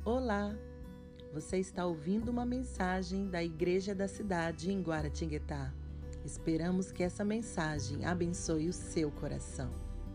Olá! Você está ouvindo uma mensagem da Igreja da Cidade em Guaratinguetá. Esperamos que essa mensagem abençoe o seu coração.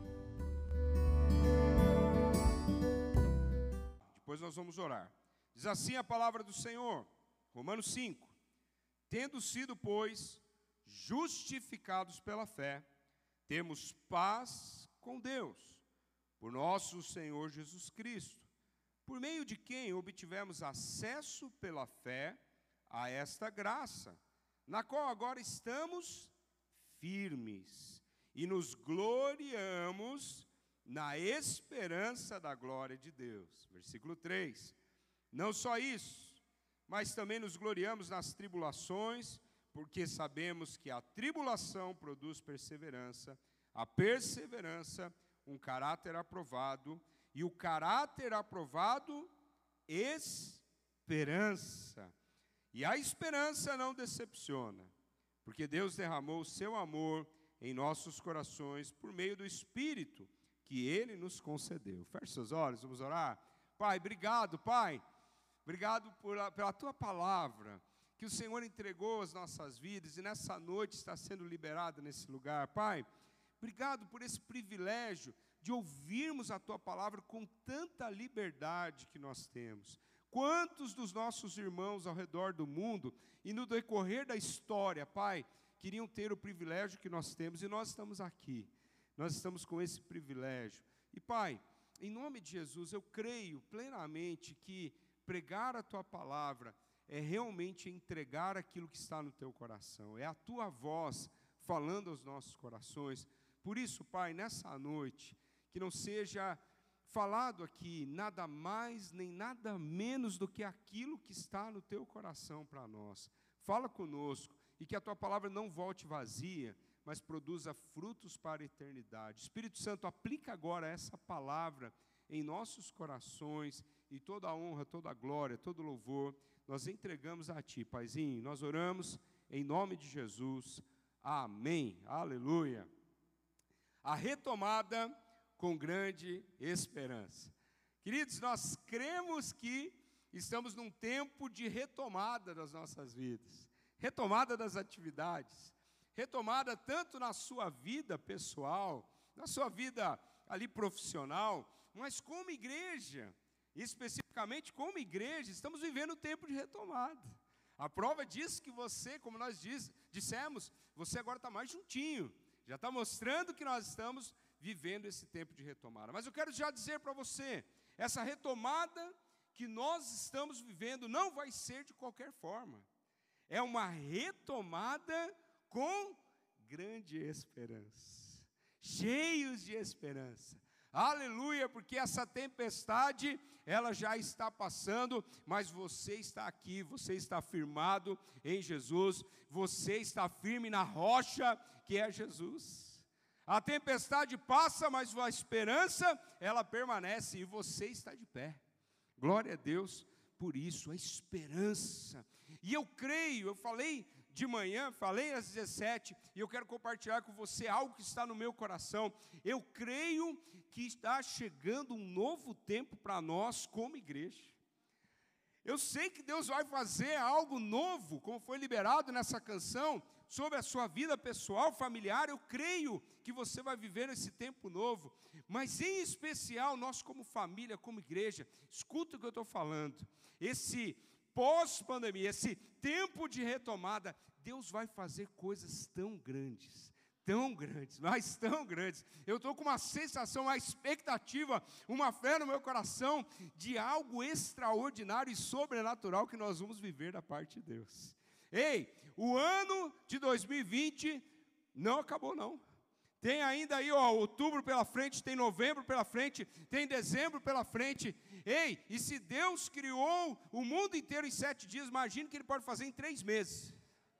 Depois nós vamos orar. Diz assim a palavra do Senhor, Romanos 5. Tendo sido, pois, justificados pela fé, temos paz com Deus, por nosso Senhor Jesus Cristo, por meio de quem obtivemos acesso pela fé a esta graça, na qual agora estamos firmes e nos gloriamos na esperança da glória de Deus. Versículo 3. Não só isso, mas também nos gloriamos nas tribulações, porque sabemos que a tribulação produz perseverança, a perseverança, um caráter aprovado, e o caráter aprovado, esperança. E a esperança não decepciona, porque Deus derramou o seu amor em nossos corações por meio do Espírito que Ele nos concedeu. Feche seus olhos, vamos orar. Pai, obrigado, Pai. Obrigado pela Tua palavra, que o Senhor entregou às nossas vidas e nessa noite está sendo liberada nesse lugar. Pai, obrigado por esse privilégio de ouvirmos a Tua palavra com tanta liberdade que nós temos. Quantos dos nossos irmãos ao redor do mundo e no decorrer da história, Pai, queriam ter o privilégio que nós temos e nós estamos aqui. Nós estamos com esse privilégio. E, Pai, em nome de Jesus, eu creio plenamente que pregar a Tua palavra é realmente entregar aquilo que está no Teu coração. É a Tua voz falando aos nossos corações. Por isso, Pai, nessa noite, que não seja falado aqui nada mais nem nada menos do que aquilo que está no Teu coração para nós. Fala conosco e que a Tua palavra não volte vazia, mas produza frutos para a eternidade. Espírito Santo, aplica agora essa palavra em nossos corações e toda a honra, toda a glória, todo o louvor, nós entregamos a Ti, Paizinho. Nós oramos em nome de Jesus. Amém. Aleluia. A retomada com grande esperança. Queridos, nós cremos que estamos num tempo de retomada das nossas vidas, retomada das atividades, retomada tanto na sua vida pessoal, na sua vida ali profissional, mas como igreja, especificamente como igreja, estamos vivendo um tempo de retomada. A prova disso que você, como nós dissemos, você agora está mais juntinho, já está mostrando que nós estamos vivendo esse tempo de retomada. Mas eu quero já dizer para você, essa retomada que nós estamos vivendo não vai ser de qualquer forma. É uma retomada com grande esperança, cheios de esperança. Aleluia, porque essa tempestade, ela já está passando, mas você está aqui, você está firmado em Jesus, você está firme na rocha que é Jesus. A tempestade passa, mas a esperança, ela permanece e você está de pé. Glória a Deus por isso, a esperança. E eu creio, eu falei de manhã, falei às 17, e eu quero compartilhar com você algo que está no meu coração. Eu creio que está chegando um novo tempo para nós como igreja. Eu sei que Deus vai fazer algo novo, como foi liberado nessa canção, sobre a sua vida pessoal, familiar. Eu creio que você vai viver esse tempo novo, mas em especial nós como família, como igreja, escuta o que eu estou falando, esse pós-pandemia, esse tempo de retomada, Deus vai fazer coisas tão grandes, mas tão grandes. Eu estou com uma sensação, uma expectativa, uma fé no meu coração de algo extraordinário e sobrenatural que nós vamos viver da parte de Deus. Ei, o ano de 2020 não acabou não. Tem ainda aí, outubro pela frente, tem novembro pela frente, tem dezembro pela frente. Ei, e se Deus criou o mundo inteiro em 7 dias, imagine que Ele pode fazer em 3 meses.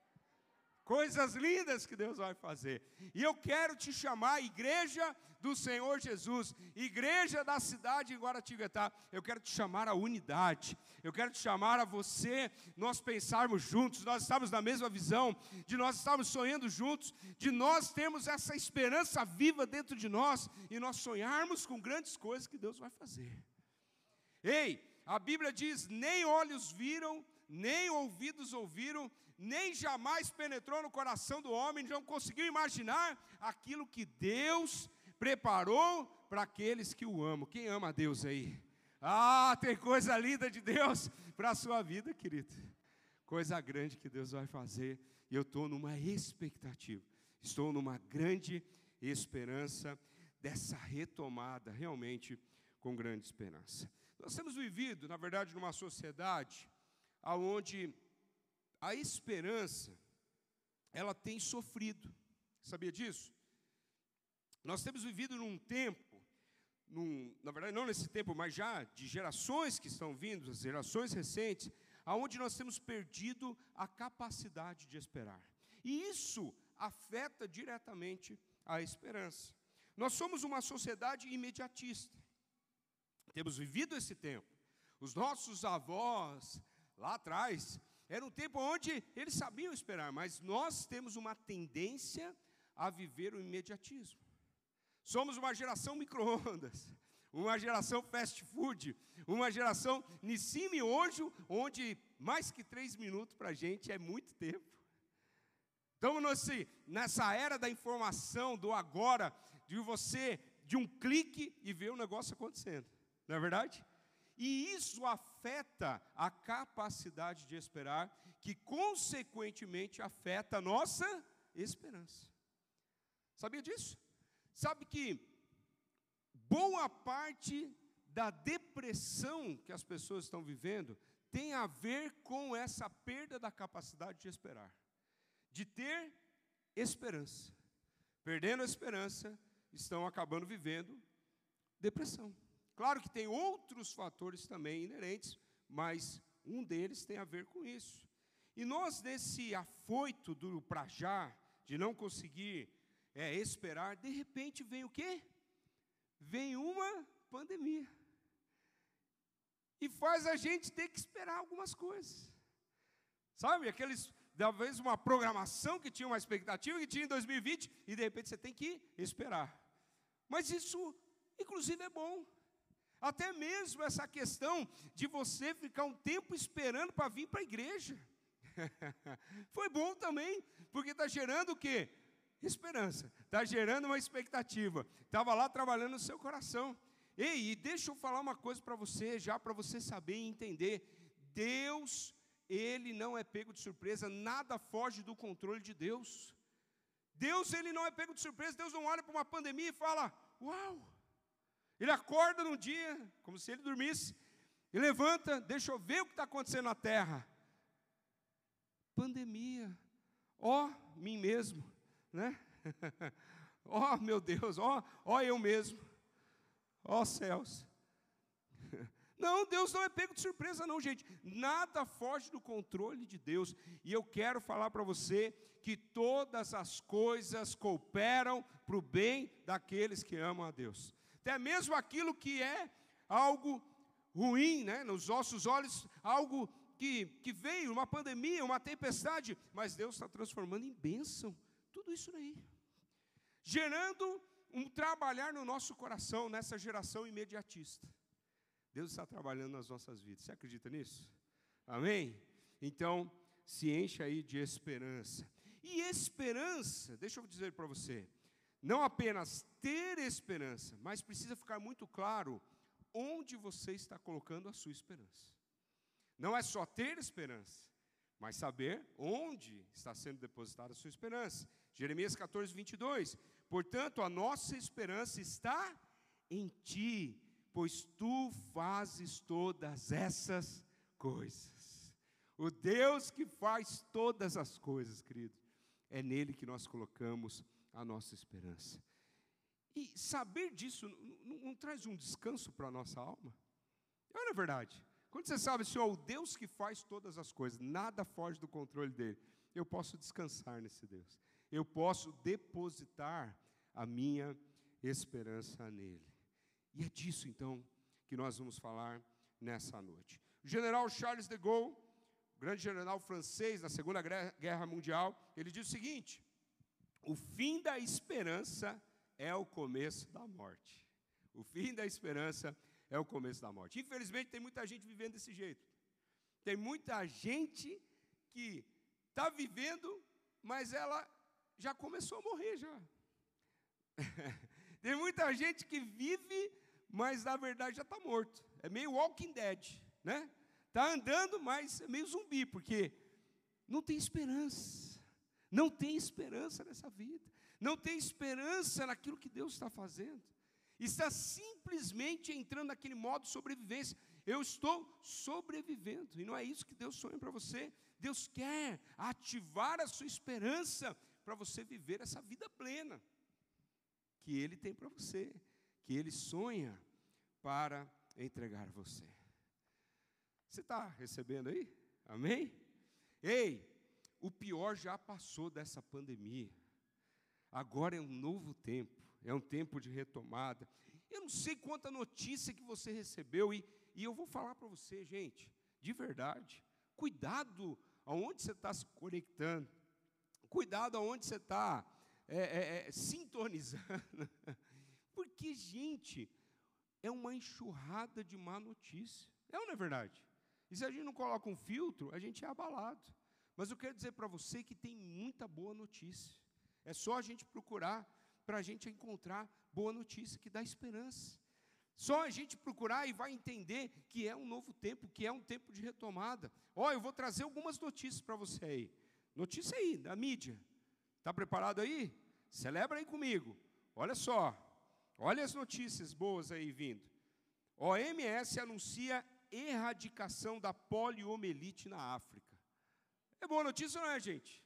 Coisas lindas que Deus vai fazer. E eu quero te chamar, igreja do Senhor Jesus, igreja da cidade em Guaratinguetá, eu quero te chamar à unidade, eu quero te chamar a você, nós pensarmos juntos, nós estamos na mesma visão, de nós estarmos sonhando juntos, de nós termos essa esperança viva dentro de nós, e nós sonharmos com grandes coisas que Deus vai fazer. Ei, A Bíblia diz: nem olhos viram, nem ouvidos ouviram, nem jamais penetrou no coração do homem, não conseguiu imaginar aquilo que Deus preparou para aqueles que o amam. Quem ama a Deus aí? Ah, tem coisa linda de Deus para a sua vida, querido. Coisa grande que Deus vai fazer. E eu estou numa expectativa. Estou numa grande esperança dessa retomada, realmente com grande esperança. Nós temos vivido, na verdade, numa sociedade onde a esperança, ela tem sofrido. Sabia disso? Nós temos vivido num tempo, na verdade não nesse tempo, mas já de gerações que estão vindo, as gerações recentes, onde nós temos perdido a capacidade de esperar. E isso afeta diretamente a esperança. Nós somos uma sociedade imediatista. Temos vivido esse tempo. Os nossos avós, lá atrás, era um tempo onde eles sabiam esperar, mas nós temos uma tendência a viver o imediatismo. Somos uma geração micro-ondas, uma geração fast food, uma geração Nissim e Ojo, onde mais que 3 minutos para a gente é muito tempo. Estamos nessa era da informação, do agora, de um clique e ver o negócio acontecendo, não é verdade? E isso afeta a capacidade de esperar, que consequentemente afeta a nossa esperança. Sabia disso? Sabe que boa parte da depressão que as pessoas estão vivendo tem a ver com essa perda da capacidade de esperar, de ter esperança. Perdendo a esperança, estão acabando vivendo depressão. Claro que tem outros fatores também inerentes, mas um deles tem a ver com isso. E nós, nesse afoito do pra já, de não conseguir esperar, de repente vem o quê? Vem uma pandemia. E faz a gente ter que esperar algumas coisas. Sabe, talvez uma programação que tinha uma expectativa, que tinha em 2020, e de repente você tem que esperar. Mas isso, inclusive, é bom. Até mesmo essa questão de você ficar um tempo esperando para vir para a igreja. Foi bom também, porque está gerando o quê? Esperança. Está gerando uma expectativa. Estava lá trabalhando no seu coração. Ei, e deixa eu falar uma coisa para você, já para você saber e entender. Deus, Ele não é pego de surpresa, nada foge do controle de Deus. Deus, Ele não é pego de surpresa, Deus não olha para uma pandemia e fala, uau! Ele acorda num dia, como se ele dormisse, e levanta, deixa eu ver o que está acontecendo na terra. Pandemia, mim mesmo, né? Meu Deus, eu mesmo, céus. Não, Deus não é pego de surpresa não, gente. Nada foge do controle de Deus. E eu quero falar para você que todas as coisas cooperam para o bem daqueles que amam a Deus. Até mesmo aquilo que é algo ruim, né, nos nossos olhos, algo que veio, uma pandemia, uma tempestade, mas Deus está transformando em bênção, tudo isso aí, gerando um trabalhar no nosso coração, nessa geração imediatista. Deus está trabalhando nas nossas vidas, você acredita nisso? Amém? Então, se enche aí de esperança. E esperança, deixa eu dizer para você, não apenas ter esperança, mas precisa ficar muito claro onde você está colocando a sua esperança. Não é só ter esperança, mas saber onde está sendo depositada a sua esperança. Jeremias 14, 22. Portanto, a nossa esperança está em ti, pois tu fazes todas essas coisas. O Deus que faz todas as coisas, querido, é nele que nós colocamos a nossa esperança. E saber disso não traz um descanso para a nossa alma? Não é verdade? Quando você sabe, Senhor, o Deus que faz todas as coisas, nada foge do controle dele, eu posso descansar nesse Deus. Eu posso depositar a minha esperança nele. E é disso, então, que nós vamos falar nessa noite. O general Charles de Gaulle, grande general francês na Segunda Guerra Mundial, ele diz o seguinte: o fim da esperança é o começo da morte. O fim da esperança é o começo da morte. Infelizmente, tem muita gente vivendo desse jeito. Tem muita gente que está vivendo, mas ela já começou a morrer já. Tem muita gente que vive, mas na verdade já está morto. É meio Walking Dead, né? Está andando, mas é meio zumbi, porque não tem esperança. Não tem esperança nessa vida. Não tem esperança naquilo que Deus está fazendo. Está simplesmente entrando naquele modo de sobrevivência. Eu estou sobrevivendo. E não é isso que Deus sonha para você. Deus quer ativar a sua esperança para você viver essa vida plena que Ele tem para você, que Ele sonha para entregar a você. Você está recebendo aí? Amém? Ei, o pior já passou dessa pandemia. Agora é um novo tempo, é um tempo de retomada. Eu não sei quanta notícia que você recebeu, e eu vou falar para você, gente, de verdade, cuidado aonde você está se conectando, cuidado aonde você está sintonizando, porque, gente, é uma enxurrada de má notícia, é ou não é verdade? E se a gente não coloca um filtro, a gente é abalado. Mas eu quero dizer para você que tem muita boa notícia. É só a gente procurar para a gente encontrar boa notícia que dá esperança. Só a gente procurar e vai entender que é um novo tempo, que é um tempo de retomada. Ó, eu vou trazer algumas notícias para você aí. Notícia aí, da mídia. Está preparado aí? Celebra aí comigo. Olha só. Olha as notícias boas aí vindo. OMS anuncia erradicação da poliomielite na África. É boa notícia, não é, gente?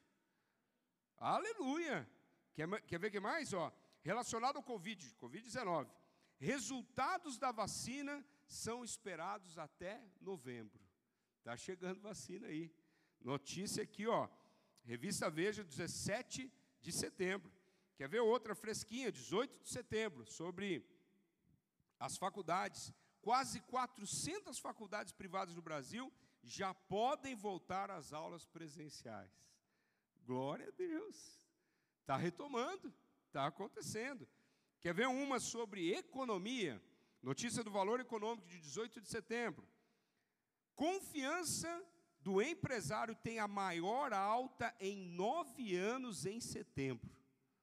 Aleluia! Quer ver o que mais? Ó, relacionado ao Covid-19. Resultados da vacina são esperados até novembro. Está chegando vacina aí. Notícia aqui, ó. Revista Veja, 17 de setembro. Quer ver outra fresquinha, 18 de setembro, sobre as faculdades. Quase 400 faculdades privadas no Brasil já podem voltar às aulas presenciais. Glória a Deus. Está retomando, está acontecendo. Quer ver uma sobre economia? Notícia do Valor Econômico de 18 de setembro. Confiança do empresário tem a maior alta em 9 anos em setembro.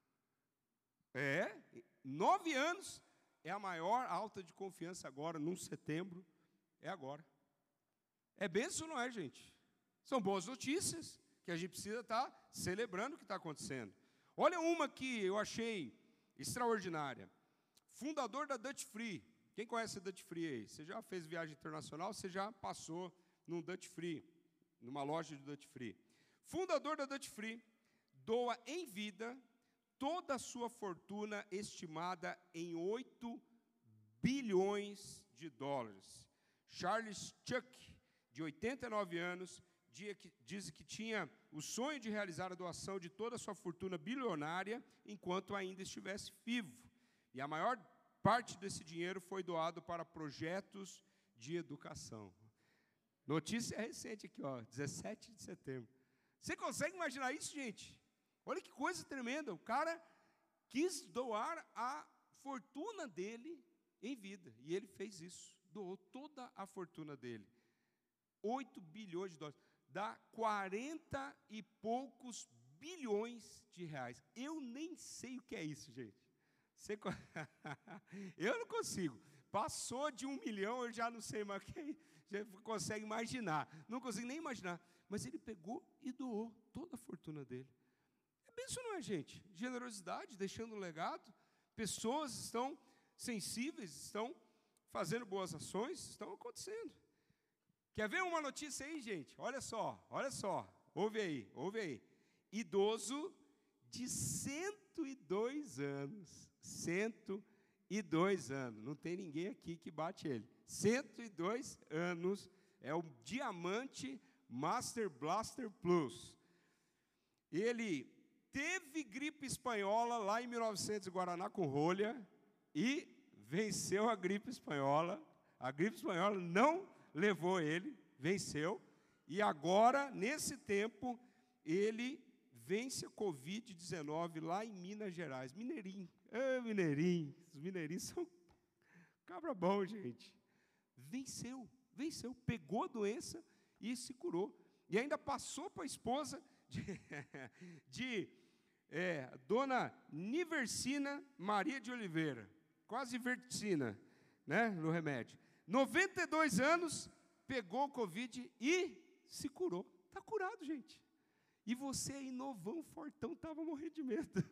9 anos é a maior alta de confiança agora, num setembro, é agora. É bênção, não é, gente? São boas notícias que a gente precisa estar celebrando o que está acontecendo. Olha uma que eu achei extraordinária. Fundador da Duty Free. Quem conhece a Duty Free aí? Você já fez viagem internacional, você já passou num Duty Free, numa loja de Duty Free. Fundador da Duty Free doa em vida toda a sua fortuna estimada em 8 bilhões de dólares. Charles Chuck, de 89 anos, diz que tinha o sonho de realizar a doação de toda a sua fortuna bilionária enquanto ainda estivesse vivo. E a maior parte desse dinheiro foi doado para projetos de educação. Notícia recente aqui, ó, 17 de setembro. Você consegue imaginar isso, gente? Olha que coisa tremenda. O cara quis doar a fortuna dele em vida. E ele fez isso. Doou toda a fortuna dele. 8 bilhões de dólares. Dá 40 e poucos bilhões de reais. Eu nem sei o que é isso, gente. Eu não consigo. Passou de 1 milhão, eu já não sei mais o que é isso. Já consegue imaginar. Não consigo nem imaginar. Mas ele pegou e doou toda a fortuna dele. É bem isso, não é, gente? Generosidade, deixando um legado. Pessoas estão sensíveis, estão fazendo boas ações, estão acontecendo. Quer ver uma notícia aí, gente? Olha só. Ouve aí. Idoso de 102 anos. 102 anos. Não tem ninguém aqui que bate ele. 102 anos. É o Diamante Master Blaster Plus. Ele teve gripe espanhola lá em 1900 em Guaraná com rolha e venceu a gripe espanhola. A gripe espanhola não levou ele, venceu, e agora, nesse tempo, ele vence a Covid-19 lá em Minas Gerais. Mineirinho, mineirinho, os mineirinhos são cabra bom, gente. venceu, pegou a doença e se curou. E ainda passou para a esposa de Dona Niversina Maria de Oliveira, quase Verticina, né, no remédio. 92 anos, pegou o Covid e se curou. Está curado, gente. E você aí, novão, fortão, estava morrendo de medo.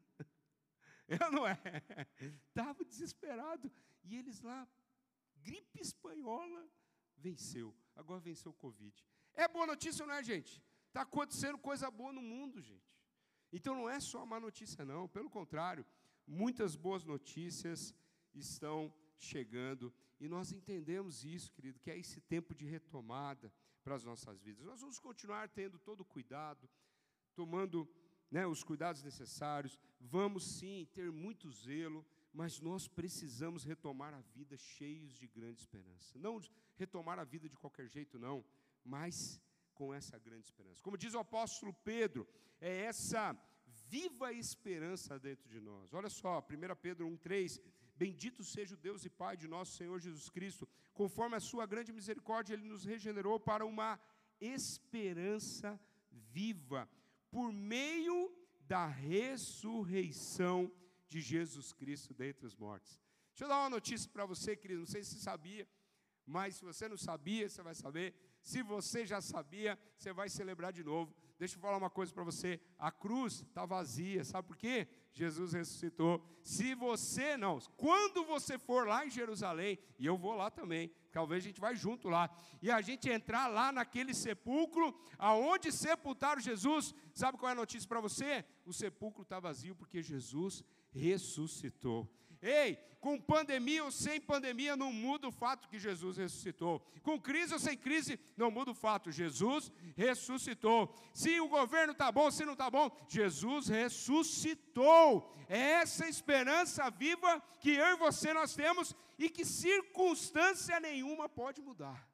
Eu não é? Estava desesperado. E eles lá, gripe espanhola, venceu. Agora venceu o Covid. É boa notícia, não é, gente? Está acontecendo coisa boa no mundo, gente. Então não é só má notícia, não. Pelo contrário, muitas boas notícias estão chegando. E nós entendemos isso, querido, que é esse tempo de retomada para as nossas vidas. Nós vamos continuar tendo todo o cuidado, tomando, né, os cuidados necessários. Vamos, sim, ter muito zelo, mas nós precisamos retomar a vida cheios de grande esperança. Não retomar a vida de qualquer jeito, não, mas com essa grande esperança. Como diz o apóstolo Pedro, é essa viva esperança dentro de nós. Olha só, 1 Pedro 1,3, bendito seja o Deus e Pai de nosso Senhor Jesus Cristo, conforme a sua grande misericórdia, Ele nos regenerou para uma esperança viva, por meio da ressurreição de Jesus Cristo dentre os mortos. Deixa eu dar uma notícia para você, querido, não sei se você sabia, mas se você não sabia, você vai saber. Se você já sabia, você vai celebrar de novo. Deixa eu falar uma coisa para você, a cruz está vazia, sabe por quê? Jesus ressuscitou. Se você não, quando você for lá em Jerusalém, e eu vou lá também, talvez a gente vai junto lá, e a gente entrar lá naquele sepulcro, aonde sepultaram Jesus, sabe qual é a notícia para você? O sepulcro está vazio porque Jesus ressuscitou. Ei, com pandemia ou sem pandemia, não muda o fato que Jesus ressuscitou. Com crise ou sem crise, não muda o fato, Jesus ressuscitou. Se o governo está bom, se não está bom, Jesus ressuscitou. É essa esperança viva que eu e você nós temos e que circunstância nenhuma pode mudar.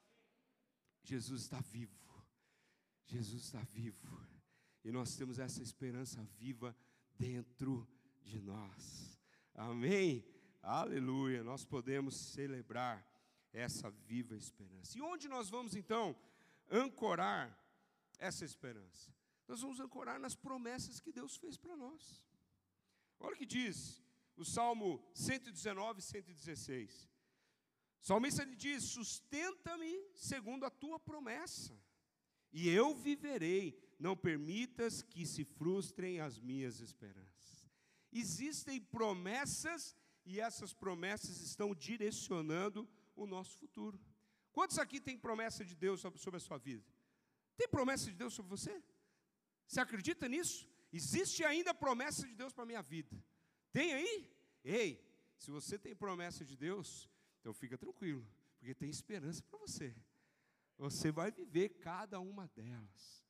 Jesus está vivo. Jesus está vivo. E nós temos essa esperança viva dentro de nós. Amém? Aleluia, nós podemos celebrar essa viva esperança. E onde nós vamos então ancorar essa esperança? Nós vamos ancorar nas promessas que Deus fez para nós. Olha o que diz o Salmo 119, 116. O salmista ele diz, sustenta-me segundo a tua promessa, e eu viverei, não permitas que se frustrem as minhas esperanças. Existem promessas e essas promessas estão direcionando o nosso futuro. Quantos aqui tem promessa de Deus sobre a sua vida? Tem promessa de Deus sobre você? Você acredita nisso? Existe ainda promessa de Deus para a minha vida? Tem aí? Ei, se você tem promessa de Deus, então fica tranquilo, porque tem esperança para você. Você vai viver cada uma delas.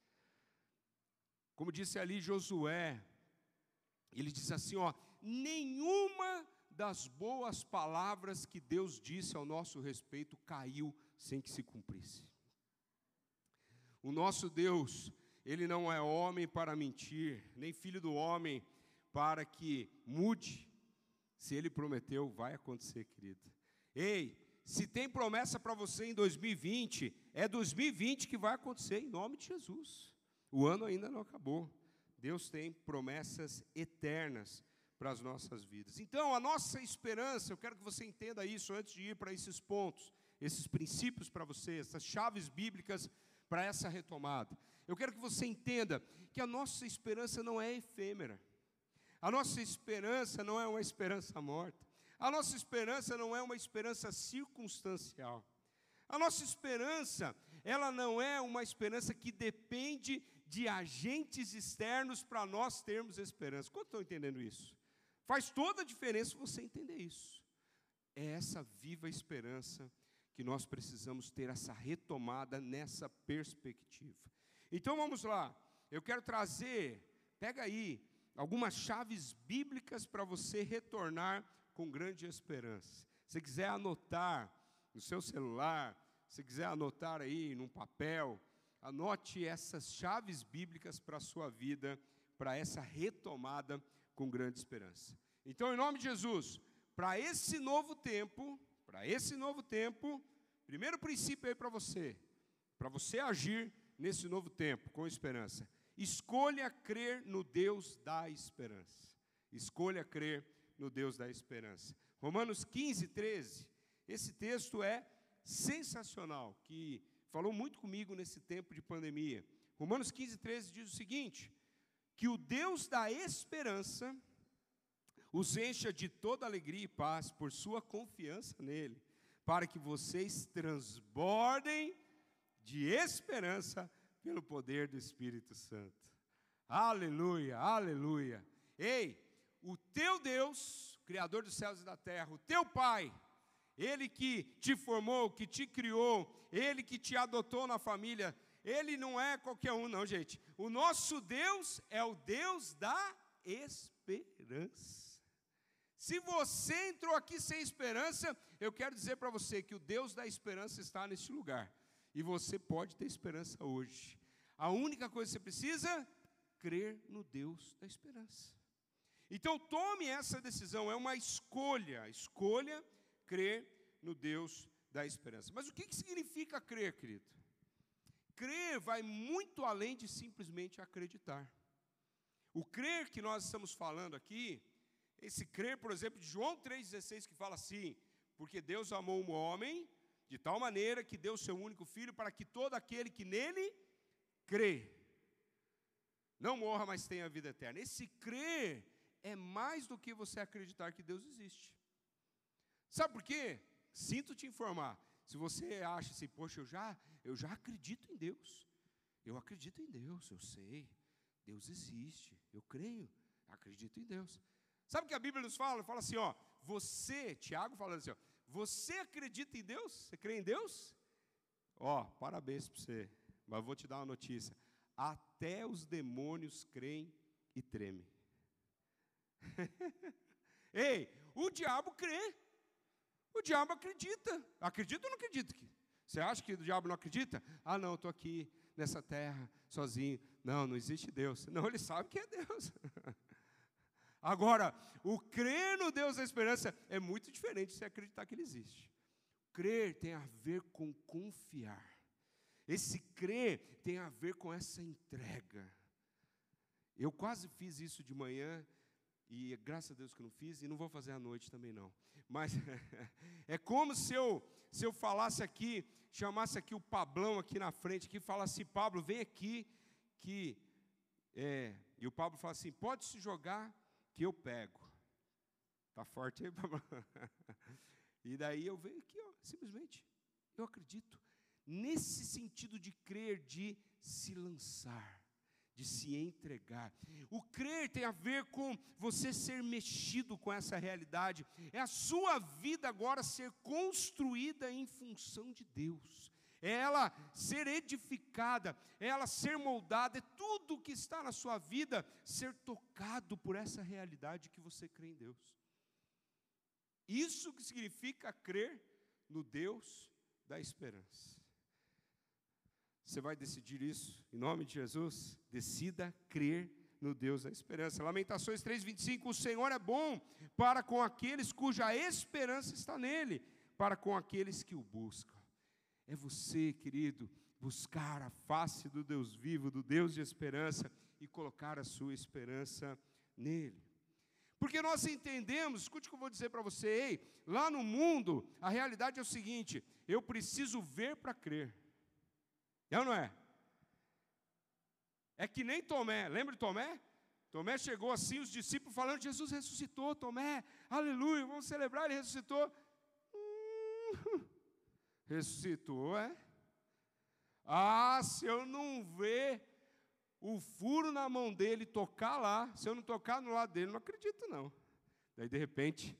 Como disse ali Josué, ele diz assim, ó, nenhuma das boas palavras que Deus disse ao nosso respeito caiu sem que se cumprisse. O nosso Deus, Ele não é homem para mentir, nem filho do homem para que mude. Se Ele prometeu, vai acontecer, querido. Ei, se tem promessa para você em 2020, é 2020 que vai acontecer, em nome de Jesus. O ano ainda não acabou. Deus tem promessas eternas para as nossas vidas. Então, a nossa esperança, eu quero que você entenda isso antes de ir para esses pontos, esses princípios para você, essas chaves bíblicas para essa retomada. Eu quero que você entenda que a nossa esperança não é efêmera. A nossa esperança não é uma esperança morta. A nossa esperança não é uma esperança circunstancial. A nossa esperança, ela não é uma esperança que depende de agentes externos para nós termos esperança. Quantos estão entendendo isso? Faz toda a diferença você entender isso. É essa viva esperança que nós precisamos ter, essa retomada nessa perspectiva. Então vamos lá, eu quero trazer, pega aí, algumas chaves bíblicas para você retornar com grande esperança. Se quiser anotar no seu celular, se quiser anotar aí num papel, anote essas chaves bíblicas para a sua vida, para essa retomada com grande esperança. Então, em nome de Jesus, para esse novo tempo, para esse novo tempo, primeiro princípio aí para você agir nesse novo tempo com esperança. Escolha crer no Deus da esperança. Escolha crer no Deus da esperança. Romanos 15, 13, esse texto é sensacional, que falou muito comigo nesse tempo de pandemia. Romanos 15, 13 diz o seguinte, que o Deus da esperança os encha de toda alegria e paz por sua confiança nele, para que vocês transbordem de esperança pelo poder do Espírito Santo. Aleluia, aleluia. Ei, o teu Deus, Criador dos céus e da terra, o teu Pai, Ele que te formou, que te criou, Ele que te adotou na família, Ele não é qualquer um não, gente. O nosso Deus é o Deus da esperança. Se você entrou aqui sem esperança, eu quero dizer para você que o Deus da esperança está neste lugar. E você pode ter esperança hoje. A única coisa que você precisa, crer no Deus da esperança. Então tome essa decisão, é uma escolha. Escolha crer no Deus da esperança. Mas o que significa crer, querido? Crer vai muito além de simplesmente acreditar. O crer que nós estamos falando aqui, esse crer, por exemplo, de João 3,16, que fala assim, porque Deus amou o homem de tal maneira que deu o seu único filho para que todo aquele que nele crê, não morra, mas tenha a vida eterna. Esse crer é mais do que você acreditar que Deus existe. Sabe por quê? Sinto te informar. Se você acha assim, poxa, eu já acredito em Deus. Eu acredito em Deus, eu sei. Deus existe, eu creio, acredito em Deus. Sabe o que a Bíblia nos fala? Fala assim, ó, você, Tiago falando assim, ó, você acredita em Deus? Você crê em Deus? Ó, parabéns para você, mas eu vou te dar uma notícia. Até os demônios creem e tremem. Ei, o diabo crê. O diabo acredita. Acredita ou não acredita? Você acha que o diabo não acredita? Ah, não, estou aqui nessa terra, sozinho. Não, não existe Deus. Não, ele sabe que é Deus. Agora, o crer no Deus da esperança é muito diferente de você acreditar que Ele existe. Crer tem a ver com confiar. Esse crer tem a ver com essa entrega. Eu quase fiz isso de manhã, e graças a Deus que eu não fiz, e não vou fazer à noite também não. Mas é como se eu falasse aqui, chamasse aqui o Pablão aqui na frente, que falasse assim, Pablo, vem aqui, e o Pablo fala assim, pode se jogar, que eu pego. Está forte aí, Pablo? E daí eu venho aqui, ó, simplesmente, eu acredito. Nesse sentido de crer, de se lançar, de se entregar. O crer tem a ver com você ser mexido com essa realidade. É a sua vida agora ser construída em função de Deus. É ela ser edificada, é ela ser moldada, é tudo que está na sua vida ser tocado por essa realidade que você crê em Deus. Isso que significa crer no Deus da esperança. Você vai decidir isso, em nome de Jesus? Decida crer no Deus da esperança. Lamentações 3:25, o Senhor é bom para com aqueles cuja esperança está nele, para com aqueles que o buscam. É você, querido, buscar a face do Deus vivo, do Deus de esperança, e colocar a sua esperança nele. Porque nós entendemos, escute o que eu vou dizer para você, ei, lá no mundo, a realidade é o seguinte, eu preciso ver para crer. É ou não é? É que nem Tomé, lembra de Tomé? Tomé chegou assim, os discípulos falando, Jesus ressuscitou, Tomé, aleluia, vamos celebrar, ele ressuscitou. Ressuscitou, é? Ah, se eu não ver o furo na mão dele, tocar lá, se eu não tocar no lado dele, não acredito não. Daí de repente,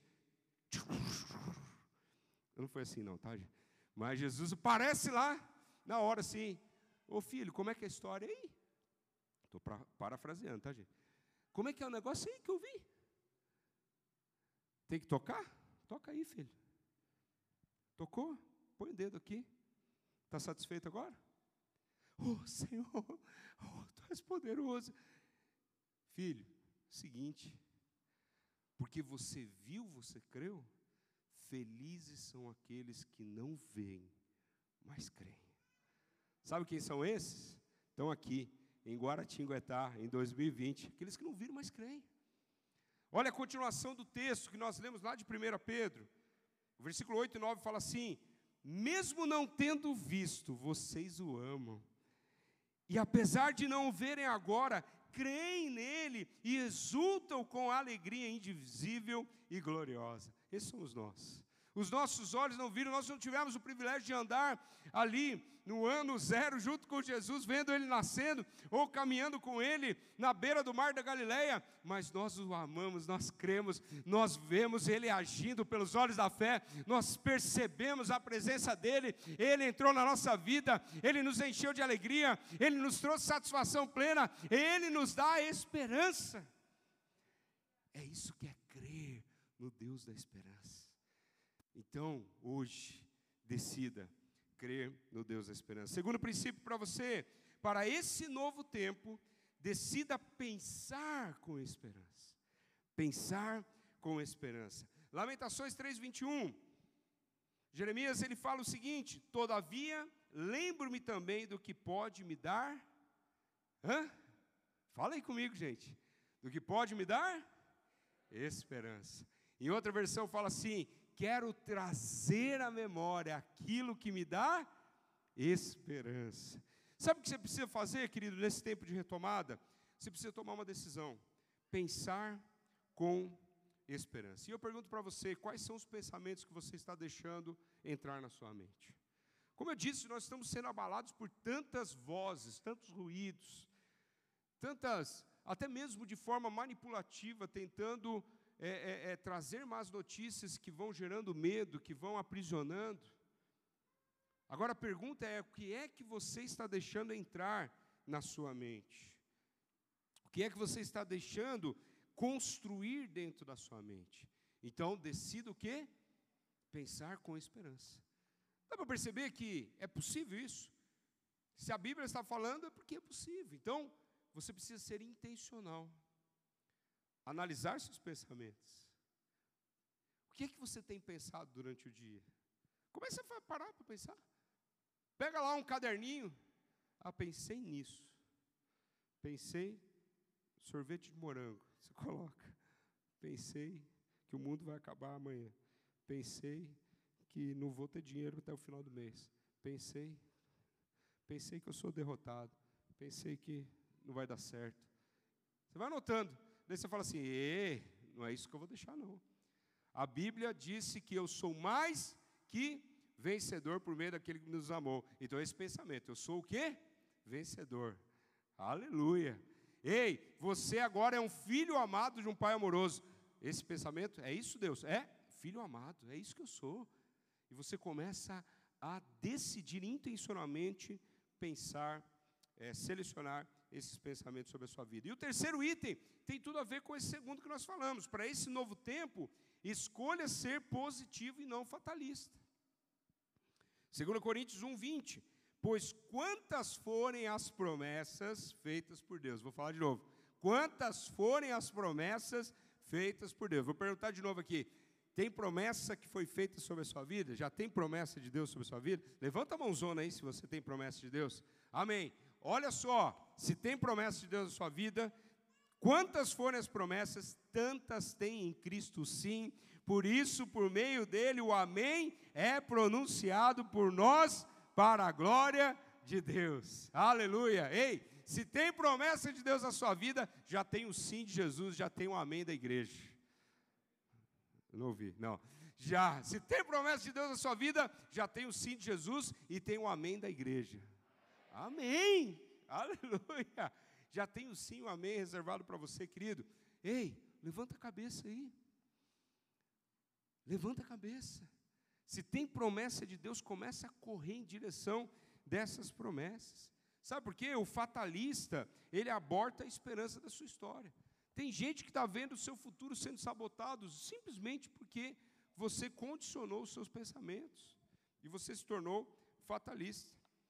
não foi assim não, tá? Mas Jesus aparece lá, na hora assim, ô filho, como é que é a história aí? Estou parafraseando, tá gente? Como é que é o negócio aí que eu vi? Tem que tocar? Toca aí, filho. Tocou? Põe o dedo aqui. Está satisfeito agora? Oh, Senhor, oh, Tu és poderoso. Filho, seguinte, porque você viu, você creu, felizes são aqueles que não veem, mas creem. Sabe quem são esses? Estão aqui, em Guaratinguetá, em 2020, aqueles que não viram, mas creem. Olha a continuação do texto que nós lemos lá de 1 Pedro. O versículo 8 e 9 fala assim: mesmo não tendo visto, vocês o amam. E apesar de não o verem agora, creem nele e exultam com alegria indivisível e gloriosa. Esses somos nós. Os nossos olhos não viram, nós não tivemos o privilégio de andar ali no ano zero junto com Jesus, vendo ele nascendo ou caminhando com ele na beira do mar da Galileia, mas nós o amamos, nós cremos, nós vemos ele agindo pelos olhos da fé, nós percebemos a presença dele, ele entrou na nossa vida, ele nos encheu de alegria, ele nos trouxe satisfação plena, ele nos dá esperança. É isso que é crer no Deus da esperança. Então, hoje, decida crer no Deus da esperança. Segundo princípio para você, para esse novo tempo, decida pensar com esperança. Pensar com esperança. Lamentações 3:21. Jeremias, ele fala o seguinte: todavia, lembro-me também do que pode me dar. Fala aí comigo, gente. Do que pode me dar? Esperança. Em outra versão fala assim: quero trazer à memória aquilo que me dá esperança. Sabe o que você precisa fazer, querido, nesse tempo de retomada? Você precisa tomar uma decisão. Pensar com esperança. E eu pergunto para você, quais são os pensamentos que você está deixando entrar na sua mente? Como eu disse, nós estamos sendo abalados por tantas vozes, tantos ruídos, tantas, até mesmo de forma manipulativa, tentando trazer más notícias que vão gerando medo, que vão aprisionando. Agora a pergunta é: o que é que você está deixando entrar na sua mente? O que é que você está deixando construir dentro da sua mente? Então, decida o quê? Pensar com esperança. Dá para perceber que é possível isso? Se a Bíblia está falando, é porque é possível. Então, você precisa ser intencional. Analisar seus pensamentos. O que é que você tem pensado durante o dia? Comece a parar para pensar. Pega lá um caderninho. Pensei nisso. Pensei sorvete de morango. Você coloca. Pensei que o mundo vai acabar amanhã. Pensei que não vou ter dinheiro até o final do mês. Pensei que eu sou derrotado. Pensei que não vai dar certo. Você vai anotando. Daí você fala assim: não é isso que eu vou deixar, não. A Bíblia disse que eu sou mais que vencedor por meio daquele que nos amou. Então, esse pensamento, eu sou o quê? Vencedor. Aleluia. Ei, você agora é um filho amado de um pai amoroso. Esse pensamento, é isso, Deus? É, filho amado, é isso que eu sou. E você começa a decidir intencionalmente pensar, selecionar esses pensamentos sobre a sua vida. E o terceiro item tem tudo a ver com esse segundo que nós falamos. Para esse novo tempo, escolha ser positivo e não fatalista. 2 Coríntios 1:20. Pois quantas forem as promessas feitas por Deus? Vou falar de novo. Quantas forem as promessas feitas por Deus? Vou perguntar de novo aqui. Tem promessa que foi feita sobre a sua vida? Já tem promessa de Deus sobre a sua vida? Levanta a mãozona aí se você tem promessa de Deus. Amém. Olha só, se tem promessa de Deus na sua vida, quantas forem as promessas, tantas tem em Cristo sim. Por isso, por meio dele, o amém é pronunciado por nós para a glória de Deus. Aleluia. Ei, se tem promessa de Deus na sua vida, já tem o sim de Jesus, já tem o amém da igreja. Não ouvi, não. Já, se tem promessa de Deus na sua vida, já tem o sim de Jesus e tem o amém da igreja. Amém. Aleluia. Já tem o sim, o amém reservado para você, querido. Ei, levanta a cabeça aí. Levanta a cabeça. Se tem promessa de Deus, começa a correr em direção dessas promessas. Sabe por quê? O fatalista, ele aborta a esperança da sua história. Tem gente que está vendo o seu futuro sendo sabotado simplesmente porque você condicionou os seus pensamentos e você se tornou fatalista.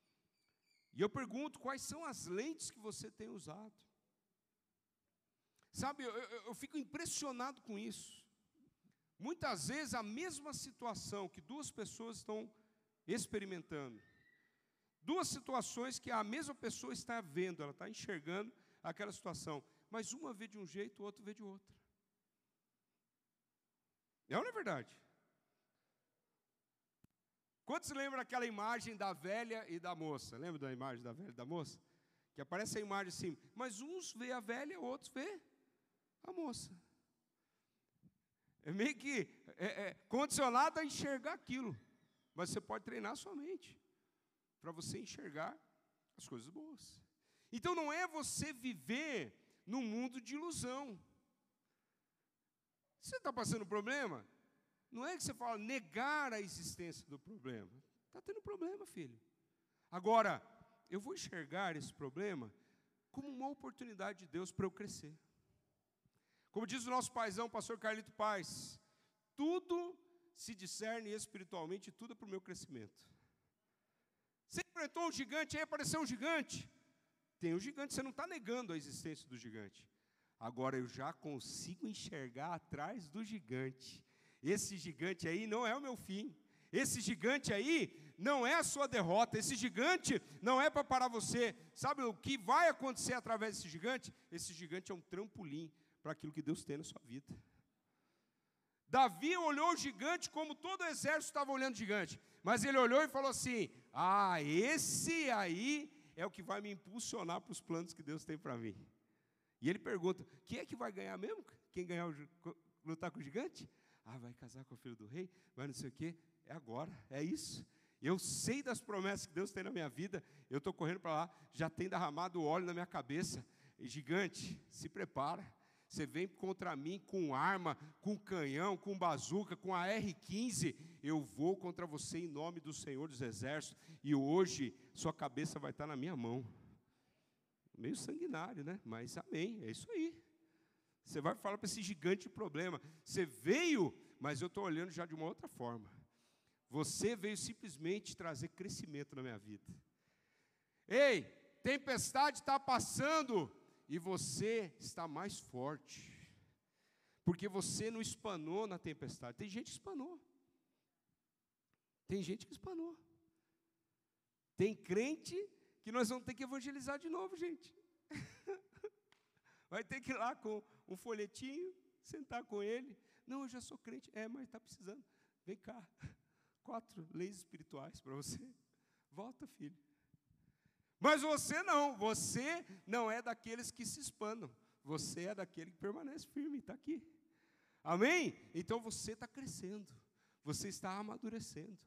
E eu pergunto, quais são as lentes que você tem usado? Sabe, eu fico impressionado com isso. Muitas vezes a mesma situação que duas pessoas estão experimentando, duas situações que a mesma pessoa está vendo, ela está enxergando aquela situação, mas uma vê de um jeito, o outro vê de outro. É ou não é verdade? Quantos lembram aquela imagem da velha e da moça? Lembra da imagem da velha e da moça? Que aparece a imagem assim, mas uns vê a velha, outros vê a moça. É meio que condicionado a enxergar aquilo. Mas você pode treinar a sua mente para você enxergar as coisas boas. Então não é você viver num mundo de ilusão. Se você está passando problema, não é que você fala negar a existência do problema. Está tendo problema, filho. Agora, eu vou enxergar esse problema como uma oportunidade de Deus para eu crescer. Como diz o nosso paizão, o pastor Carlito Paz, tudo se discerne espiritualmente, tudo é para o meu crescimento. Você enfrentou um gigante, aí apareceu um gigante. Tem um gigante, você não está negando a existência do gigante. Agora eu já consigo enxergar atrás do gigante. Esse gigante aí não é o meu fim. Esse gigante aí não é a sua derrota. Esse gigante não é para parar você. Sabe o que vai acontecer através desse gigante? Esse gigante é um trampolim para aquilo que Deus tem na sua vida. Davi olhou o gigante como todo o exército estava olhando o gigante. Mas ele olhou e falou assim, esse aí é o que vai me impulsionar para os planos que Deus tem para mim. E ele pergunta, quem é que vai ganhar mesmo? Quem ganhar, lutar com o gigante? Vai casar com o filho do rei, vai não sei o quê. É agora, é isso. Eu sei das promessas que Deus tem na minha vida, eu estou correndo para lá, já tem derramado óleo na minha cabeça. E, gigante, se prepara. Você vem contra mim com arma, com canhão, com bazuca, com a R-15, eu vou contra você em nome do Senhor dos Exércitos, e hoje sua cabeça vai estar na minha mão. Meio sanguinário, né? Mas amém, é isso aí. Você vai falar para esse gigante de problema. Você veio, mas eu estou olhando já de uma outra forma. Você veio simplesmente trazer crescimento na minha vida. Ei, tempestade está passando e você está mais forte. Porque você não espanou na tempestade. Tem gente que espanou. Tem gente que espanou. Tem crente que nós vamos ter que evangelizar de novo, gente. Vai ter que ir lá com um folhetinho, sentar com ele. Não, eu já sou crente. Mas está precisando. Vem cá. 4 leis espirituais para você. Volta, filho. Mas você não é daqueles que se espanam. Você é daquele que permanece firme, está aqui. Amém? Então você está crescendo. Você está amadurecendo.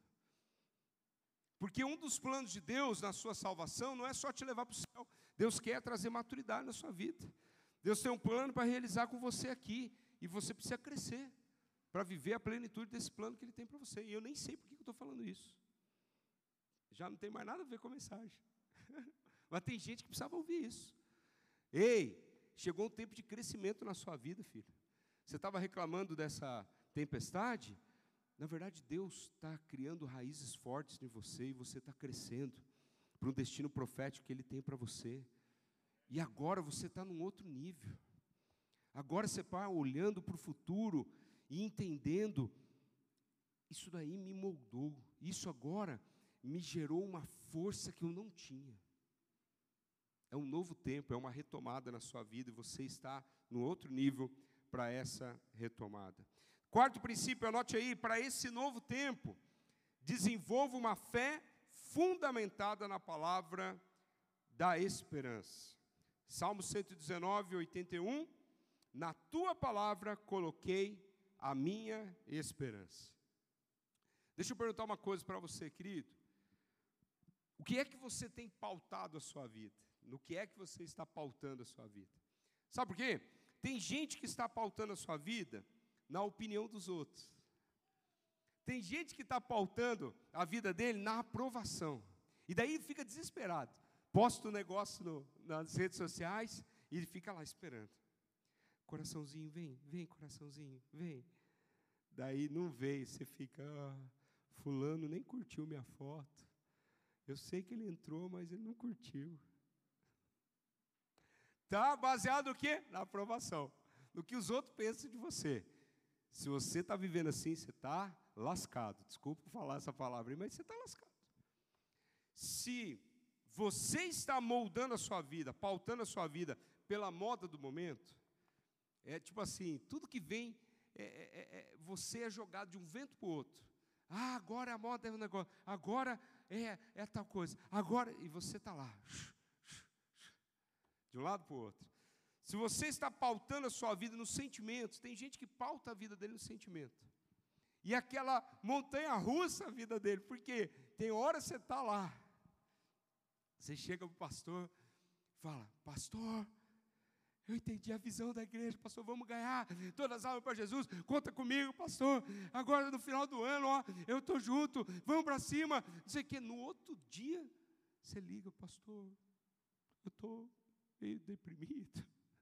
Porque um dos planos de Deus na sua salvação não é só te levar para o céu. Deus quer trazer maturidade na sua vida. Deus tem um plano para realizar com você aqui. E você precisa crescer para viver a plenitude desse plano que Ele tem para você. E eu nem sei por que eu estou falando isso. Já não tem mais nada a ver com a mensagem. Mas tem gente que precisava ouvir isso. Ei, chegou um tempo de crescimento na sua vida, filho. Você estava reclamando dessa tempestade? Na verdade, Deus está criando raízes fortes em você e você está crescendo para um destino profético que Ele tem para você. E agora você está num outro nível. Agora você está olhando para o futuro e entendendo, isso daí me moldou, isso agora me gerou uma força que eu não tinha. É um novo tempo, é uma retomada na sua vida e você está no outro nível para essa retomada. Quarto princípio, anote aí, para esse novo tempo, desenvolva uma fé fundamentada na palavra da esperança. Salmo 119, 81, na tua palavra coloquei a minha esperança. Deixa eu perguntar uma coisa para você, querido. O que é que você tem pautado a sua vida? No que é que você está pautando a sua vida? Sabe por quê? Tem gente que está pautando a sua vida na opinião dos outros. Tem gente que está pautando a vida dele na aprovação. E daí ele fica desesperado. Posta um negócio nas redes sociais e ele fica lá esperando. Coraçãozinho, vem coraçãozinho, vem. Daí não veio, você fica, fulano nem curtiu minha foto. Eu sei que ele entrou, mas ele não curtiu. Tá baseado no quê? Na aprovação. No que os outros pensam de você. Se você está vivendo assim, você está lascado. Desculpa falar essa palavra, mas você está lascado. Se você está moldando a sua vida, pautando a sua vida pela moda do momento, é tipo assim, tudo que vem, você é jogado de um vento para o outro. Ah, agora a moda é um negócio, agora é tal coisa, agora, e você está lá, de um lado para o outro. Se você está pautando a sua vida nos sentimentos, tem gente que pauta a vida dele no sentimento. E aquela montanha russa a vida dele, porque tem hora você está lá, você chega para o pastor, fala, pastor, eu entendi a visão da igreja, pastor, vamos ganhar todas as almas para Jesus, conta comigo, pastor, agora no final do ano, ó, eu estou junto, vamos para cima, não sei o quê. No outro dia, você liga, pastor, eu estou meio deprimido,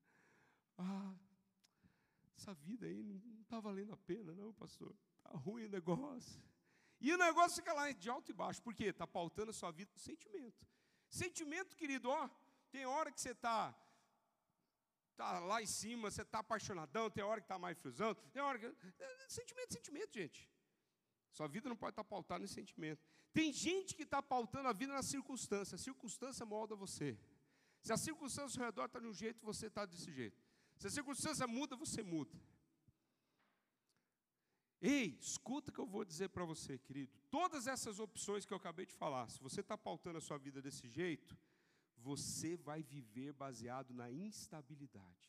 essa vida aí não está valendo a pena não, pastor, está ruim o negócio, e o negócio fica lá de alto e baixo, por quê? Está pautando a sua vida no sentimento, querido, ó, tem hora que você está lá em cima, você está apaixonadão, tem hora que está mais friozão, tem hora que... Sentimento, gente. Sua vida não pode estar pautada no sentimento. Tem gente que está pautando a vida na circunstância. A circunstância molda você. Se a circunstância ao redor está de um jeito, você está desse jeito. Se a circunstância muda, você muda. Ei, escuta o que eu vou dizer para você, querido. Todas essas opções que eu acabei de falar, se você está pautando a sua vida desse jeito, você vai viver baseado na instabilidade.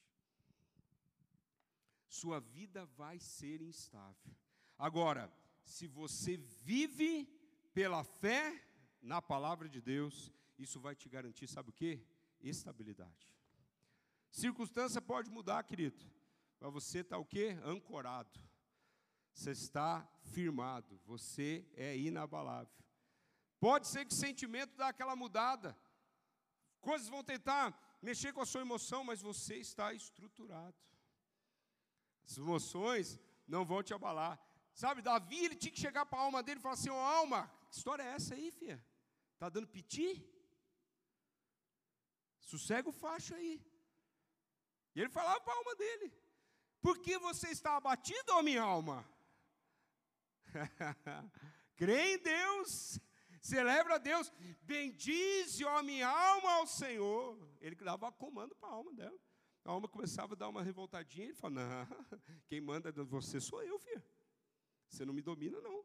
Sua vida vai ser instável. Agora, se você vive pela fé na palavra de Deus, isso vai te garantir, sabe o quê? Estabilidade. Circunstância pode mudar, querido, mas você está o quê? Ancorado. Você está firmado, você é inabalável. Pode ser que o sentimento dá aquela mudada. Coisas vão tentar mexer com a sua emoção, mas você está estruturado. As emoções não vão te abalar. Sabe, Davi, ele tinha que chegar para a alma dele e falar assim, ô alma, que história é essa aí, filha? Está dando piti? Sossega o facho aí. E ele falava para a alma dele, por que você está abatido, ó minha alma? Crê em Deus, celebra a Deus, bendize, ó minha alma, ao Senhor. Ele dava comando para a alma dela. A alma começava a dar uma revoltadinha, ele falou, não, quem manda você sou eu, filha. Você não me domina, não.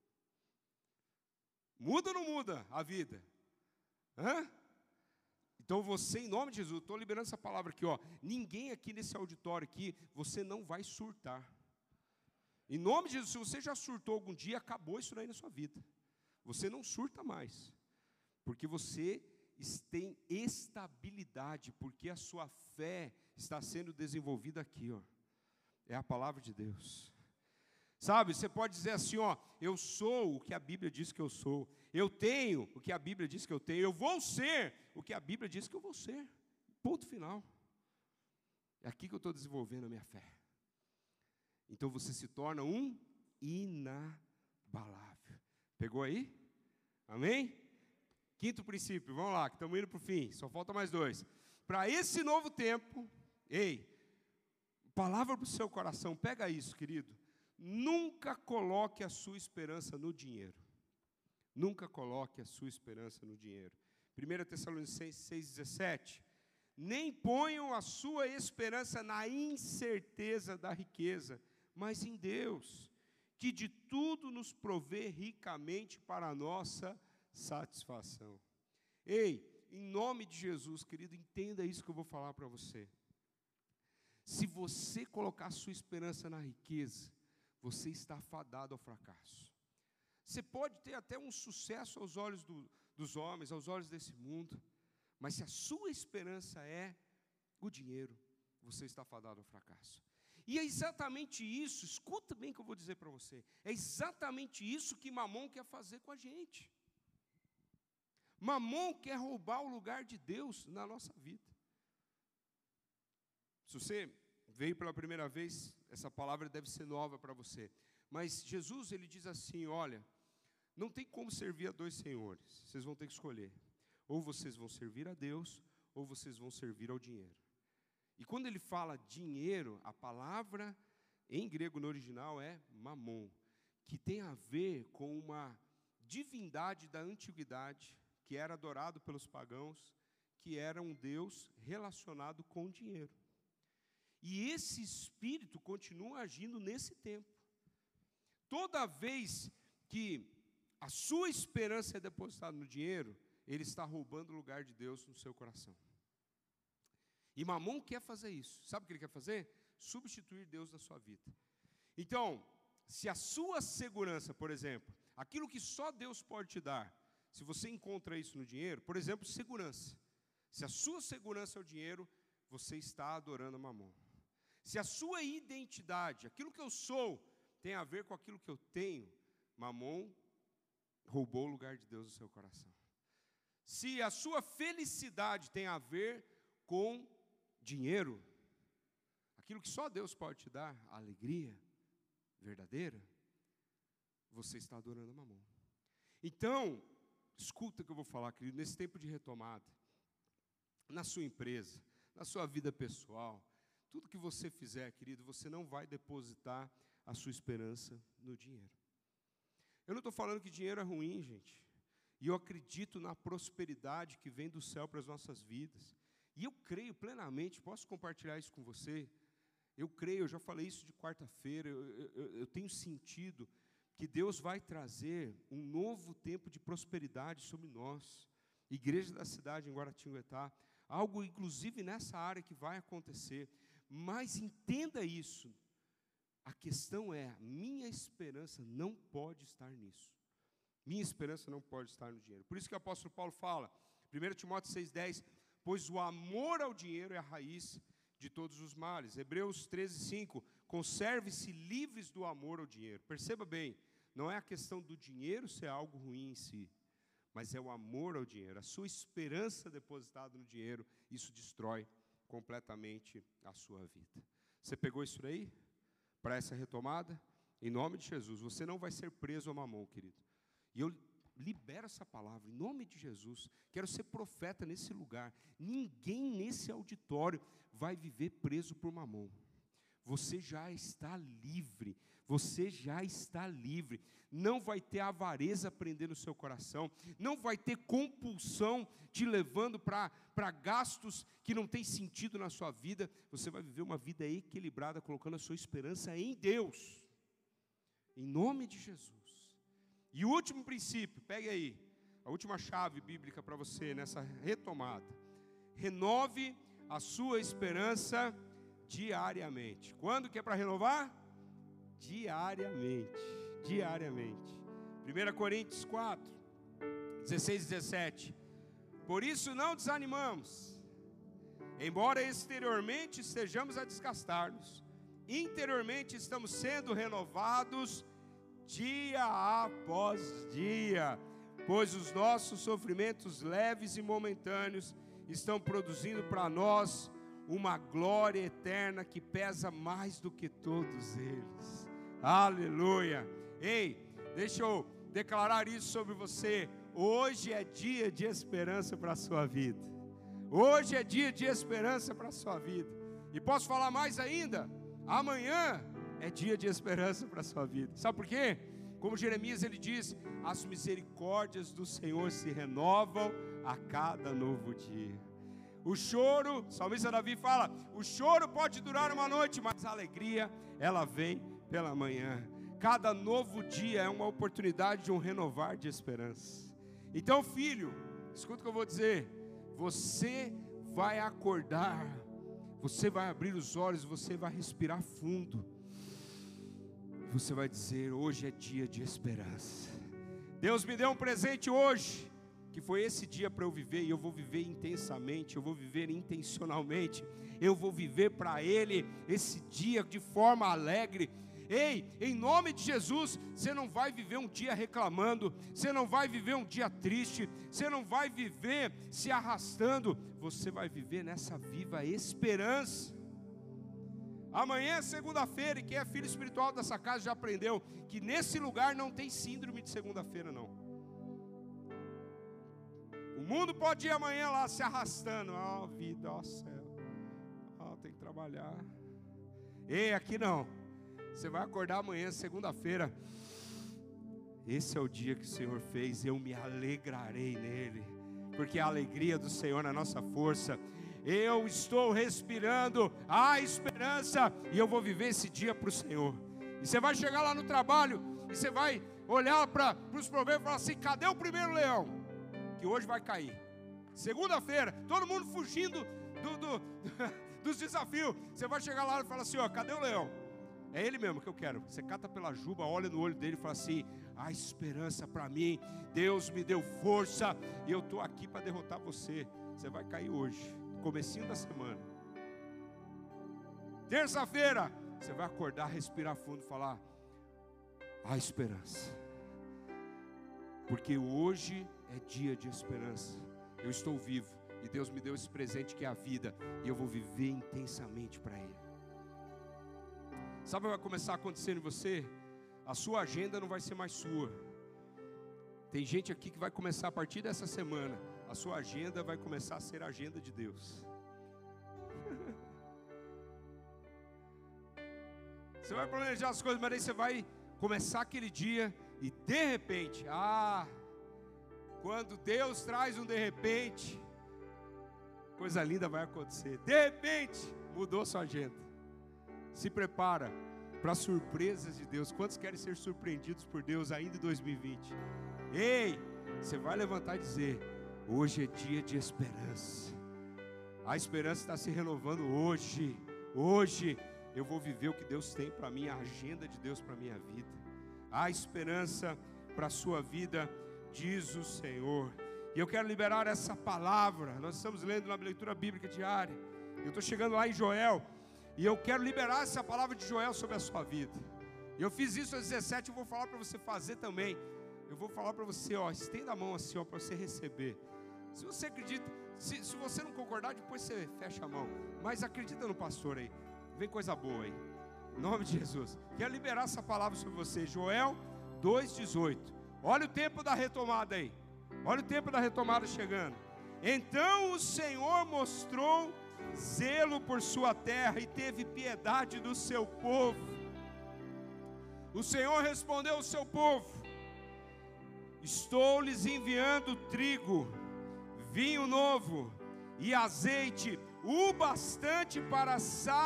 Muda ou não muda a vida? Hã? Então você, em nome de Jesus, estou liberando essa palavra aqui, ó. Ninguém aqui nesse auditório aqui, você não vai surtar. Em nome de Jesus, se você já surtou algum dia, acabou isso aí na sua vida. Você não surta mais. Porque você tem estabilidade, porque a sua fé está sendo desenvolvida aqui, ó. É a palavra de Deus. Sabe, você pode dizer assim, ó, eu sou o que a Bíblia diz que eu sou. Eu tenho o que a Bíblia diz que eu tenho. Eu vou ser o que a Bíblia diz que eu vou ser. Ponto final. É aqui que eu estou desenvolvendo a minha fé. Então você se torna um inabalável. Pegou aí? Amém? Quinto princípio, vamos lá, que estamos indo para o fim. Só falta mais 2. Para esse novo tempo, palavra para o seu coração, pega isso, querido. Nunca coloque a sua esperança no dinheiro. Nunca coloque a sua esperança no dinheiro. 1 Tessalonicenses 6,17. Nem ponham a sua esperança na incerteza da riqueza, mas em Deus, que de tudo nos provê ricamente para a nossa satisfação. Em nome de Jesus, querido, entenda isso que eu vou falar para você. Se você colocar a sua esperança na riqueza, você está fadado ao fracasso. Você pode ter até um sucesso aos olhos dos homens, aos olhos desse mundo, mas se a sua esperança é o dinheiro, você está fadado ao fracasso. E é exatamente isso, escuta bem o que eu vou dizer para você, é exatamente isso que Mamon quer fazer com a gente. Mamon quer roubar o lugar de Deus na nossa vida. Se você veio pela primeira vez, essa palavra deve ser nova para você. Mas Jesus, ele diz assim, olha, não tem como servir a 2 senhores, vocês vão ter que escolher. Ou vocês vão servir a Deus, ou vocês vão servir ao dinheiro. E quando ele fala dinheiro, a palavra em grego no original é mamon, que tem a ver com uma divindade da antiguidade, que era adorado pelos pagãos, que era um Deus relacionado com o dinheiro. E esse espírito continua agindo nesse tempo. Toda vez que a sua esperança é depositada no dinheiro, ele está roubando o lugar de Deus no seu coração. E Mamon quer fazer isso. Sabe o que ele quer fazer? Substituir Deus na sua vida. Então, se a sua segurança, por exemplo, aquilo que só Deus pode te dar, se você encontra isso no dinheiro, por exemplo, segurança. Se a sua segurança é o dinheiro, você está adorando Mamon. Se a sua identidade, aquilo que eu sou, tem a ver com aquilo que eu tenho, Mamon roubou o lugar de Deus no seu coração. Se a sua felicidade tem a ver com dinheiro, aquilo que só Deus pode te dar, a alegria verdadeira, você está adorando Mamon. Então, escuta o que eu vou falar, querido, nesse tempo de retomada, na sua empresa, na sua vida pessoal, tudo que você fizer, querido, você não vai depositar a sua esperança no dinheiro. Eu não estou falando que dinheiro é ruim, gente. E eu acredito na prosperidade que vem do céu para as nossas vidas. E eu creio plenamente, posso compartilhar isso com você? Eu creio, eu já falei isso de quarta-feira, eu tenho sentido que Deus vai trazer um novo tempo de prosperidade sobre nós. Igreja da cidade em Guaratinguetá, algo inclusive nessa área que vai acontecer. Mas entenda isso, a questão é, minha esperança não pode estar nisso. Minha esperança não pode estar no dinheiro. Por isso que o apóstolo Paulo fala, 1 Timóteo 6,10, pois o amor ao dinheiro é a raiz de todos os males. Hebreus 13,5, conserve-se livres do amor ao dinheiro. Perceba bem, não é a questão do dinheiro ser algo ruim em si, mas é o amor ao dinheiro. A sua esperança depositada no dinheiro, isso destrói completamente a sua vida. Você pegou isso daí? Para essa retomada? Em nome de Jesus, você não vai ser preso a Mamon, querido. E eu libero essa palavra, em nome de Jesus. Quero ser profeta nesse lugar. Ninguém nesse auditório vai viver preso por Mamon. Você já está livre. Você já está livre. Não vai ter avareza prendendo o seu coração. Não vai ter compulsão te levando para gastos que não tem sentido na sua vida. Você vai viver uma vida equilibrada, colocando a sua esperança em Deus. Em nome de Jesus. E o último princípio, pegue aí, a última chave bíblica para você nessa retomada. Renove a sua esperança diariamente. Quando que é para renovar? Diariamente. Diariamente. 1 Coríntios 4, 16 e 17. Por isso não desanimamos. Embora exteriormente estejamos a desgastar-nos, interiormente estamos sendo renovados dia após dia, pois os nossos sofrimentos leves e momentâneos estão produzindo para nós uma glória eterna que pesa mais do que todos eles. Aleluia! Ei, deixa eu declarar isso sobre você. Hoje é dia de esperança para a sua vida. Hoje é dia de esperança para a sua vida. E posso falar mais ainda? Amanhã é dia de esperança para a sua vida. Sabe por quê? Como Jeremias ele diz, as misericórdias do Senhor se renovam a cada novo dia. O choro, o salmista Davi fala, o choro pode durar uma noite, mas a alegria, ela vem pela manhã. Cada novo dia é uma oportunidade de um renovar de esperança. Então, filho, escuta o que eu vou dizer. Você vai acordar, você vai abrir os olhos, você vai respirar fundo. Você vai dizer, hoje é dia de esperança. Deus me deu um presente hoje, que foi esse dia para eu viver, e eu vou viver intensamente, eu vou viver intencionalmente, eu vou viver para Ele esse dia de forma alegre. Ei, em nome de Jesus, você não vai viver um dia reclamando, você não vai viver um dia triste, você não vai viver se arrastando, você vai viver nessa viva esperança. Amanhã é segunda-feira, e quem é filho espiritual dessa casa já aprendeu que nesse lugar não tem síndrome de segunda-feira, não. O mundo pode ir amanhã lá se arrastando, ó vida, ó céu, ó tem que trabalhar. Ei, aqui não. Você vai acordar amanhã, segunda-feira. Esse é o dia que o Senhor fez, eu me alegrarei nele, porque a alegria do Senhor é a nossa força. Eu estou respirando a esperança e eu vou viver esse dia para o Senhor. E você vai chegar lá no trabalho e você vai olhar para os problemas e falar assim: cadê o primeiro leão? Que hoje vai cair. Segunda-feira, todo mundo fugindo dos desafios. Você vai chegar lá e falar assim: ó, cadê o leão? É ele mesmo que eu quero. Você cata pela juba, olha no olho dele e fala assim: a esperança para mim, Deus me deu força e eu estou aqui para derrotar você. Você vai cair hoje, no comecinho da semana. Terça-feira, você vai acordar, respirar fundo e falar: a esperança. Porque hoje é dia de esperança. Eu estou vivo e Deus me deu esse presente que é a vida, e eu vou viver intensamente para Ele. Sabe o que vai começar a acontecer em você? A sua agenda não vai ser mais sua. Tem gente aqui que vai começar a partir dessa semana, a sua agenda vai começar a ser a agenda de Deus. Você vai planejar as coisas, mas aí você vai começar aquele dia e de repente, quando Deus traz um de repente, coisa linda vai acontecer. De repente, mudou sua agenda. Se prepara para as surpresas de Deus. Quantos querem ser surpreendidos por Deus ainda em 2020? Ei, você vai levantar e dizer: hoje é dia de esperança. A esperança está se renovando hoje. Hoje eu vou viver o que Deus tem para mim, a agenda de Deus para a minha vida. Há esperança para a sua vida, diz o Senhor. E eu quero liberar essa palavra. Nós estamos lendo na leitura bíblica diária. Eu estou chegando lá em Joel, e eu quero liberar essa palavra de Joel sobre a sua vida. E eu fiz isso às 17, eu vou falar para você fazer também. Eu vou falar para você, estenda a mão assim, para você receber. Se você acredita, se você não concordar, depois você fecha a mão. Mas acredita no pastor aí. Vem coisa boa aí. Em nome de Jesus. Quero liberar essa palavra sobre você. Joel 2,18. Olha o tempo da retomada aí. Olha o tempo da retomada chegando. Então o Senhor mostrou zelo por sua terra e teve piedade do seu povo. O Senhor respondeu ao seu povo: estou lhes enviando trigo, vinho novo e azeite, o bastante para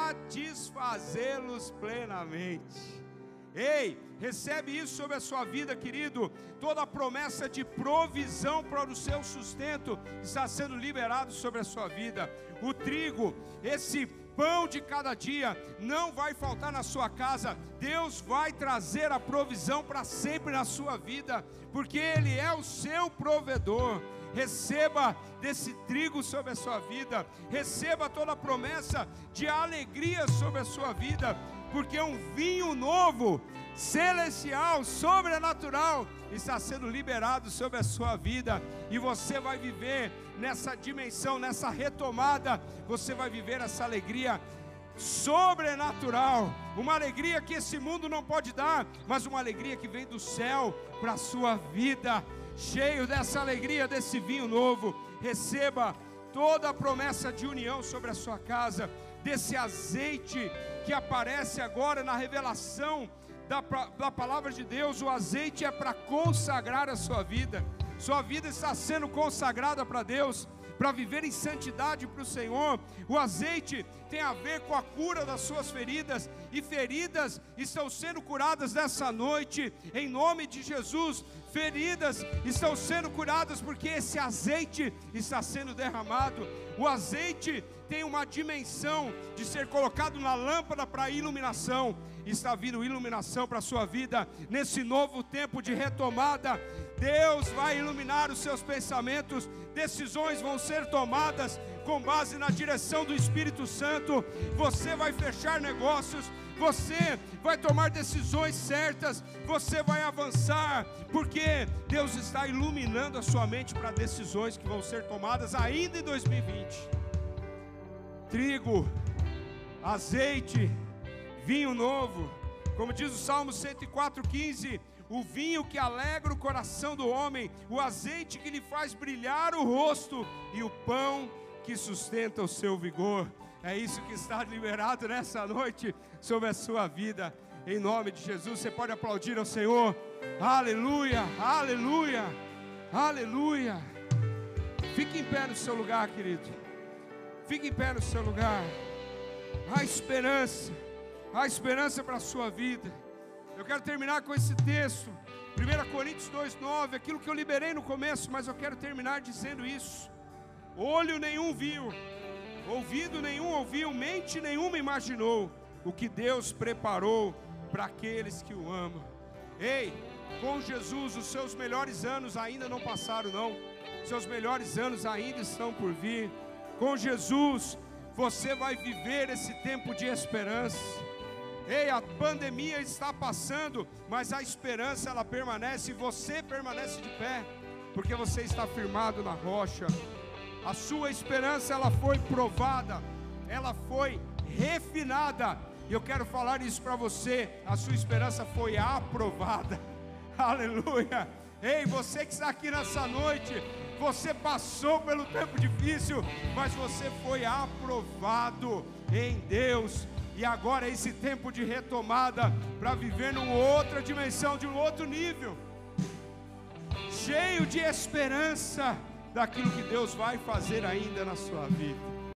satisfazê-los plenamente. Ei, recebe isso sobre a sua vida, querido. Toda a promessa de provisão para o seu sustento está sendo liberado sobre a sua vida. O trigo, esse pão de cada dia, não vai faltar na sua casa. Deus vai trazer a provisão para sempre na sua vida, porque Ele é o seu provedor. Receba desse trigo sobre a sua vida. Receba toda a promessa de alegria sobre a sua vida, porque um vinho novo, celestial, sobrenatural, está sendo liberado sobre a sua vida. E você vai viver nessa dimensão, nessa retomada. Você vai viver essa alegria sobrenatural, uma alegria que esse mundo não pode dar, mas uma alegria que vem do céu para a sua vida. Cheio dessa alegria, desse vinho novo, receba toda a promessa de união sobre a sua casa, desse azeite que aparece agora na revelação da palavra de Deus. O azeite é para consagrar a sua vida está sendo consagrada para Deus, para viver em santidade para o Senhor. O azeite tem a ver com a cura das suas feridas, e feridas estão sendo curadas nessa noite, em nome de Jesus. Feridas estão sendo curadas porque esse azeite está sendo derramado. O azeite tem uma dimensão de ser colocado na lâmpada para iluminação. Está vindo iluminação para a sua vida nesse novo tempo de retomada. Deus vai iluminar os seus pensamentos. Decisões vão ser tomadas com base na direção do Espírito Santo. Você vai fechar negócios, você vai tomar decisões certas, você vai avançar, porque Deus está iluminando a sua mente para decisões que vão ser tomadas ainda em 2020. Trigo, azeite, vinho novo, como diz o Salmo 104:15, o vinho que alegra o coração do homem, o azeite que lhe faz brilhar o rosto, e o pão que sustenta o seu vigor. É isso que está liberado nessa noite sobre a sua vida. em nome de Jesus. Você pode aplaudir ao Senhor. Aleluia, aleluia, aleluia. Fique em pé no seu lugar, querido. Fique em pé no seu lugar. Há esperança para a sua vida. Eu quero terminar com esse texto, 1 Coríntios 2:9, aquilo que eu liberei no começo, mas eu quero terminar dizendo isso. Olho nenhum viu, ouvido nenhum ouviu, mente nenhuma imaginou o que Deus preparou para aqueles que o amam. Ei, com Jesus os seus melhores anos ainda não passaram, não. Seus melhores anos ainda estão por vir. Com Jesus você vai viver esse tempo de esperança. Ei, a pandemia está passando, mas a esperança ela permanece, e você permanece de pé, porque você está firmado na rocha. A sua esperança ela foi provada, ela foi refinada, e eu quero falar isso para você, a sua esperança foi aprovada. Aleluia. Ei, você que está aqui nessa noite, você passou pelo tempo difícil, mas você foi aprovado em Deus. E agora é esse tempo de retomada para viver numa outra dimensão, de um outro nível, cheio de esperança daquilo que Deus vai fazer ainda na sua vida.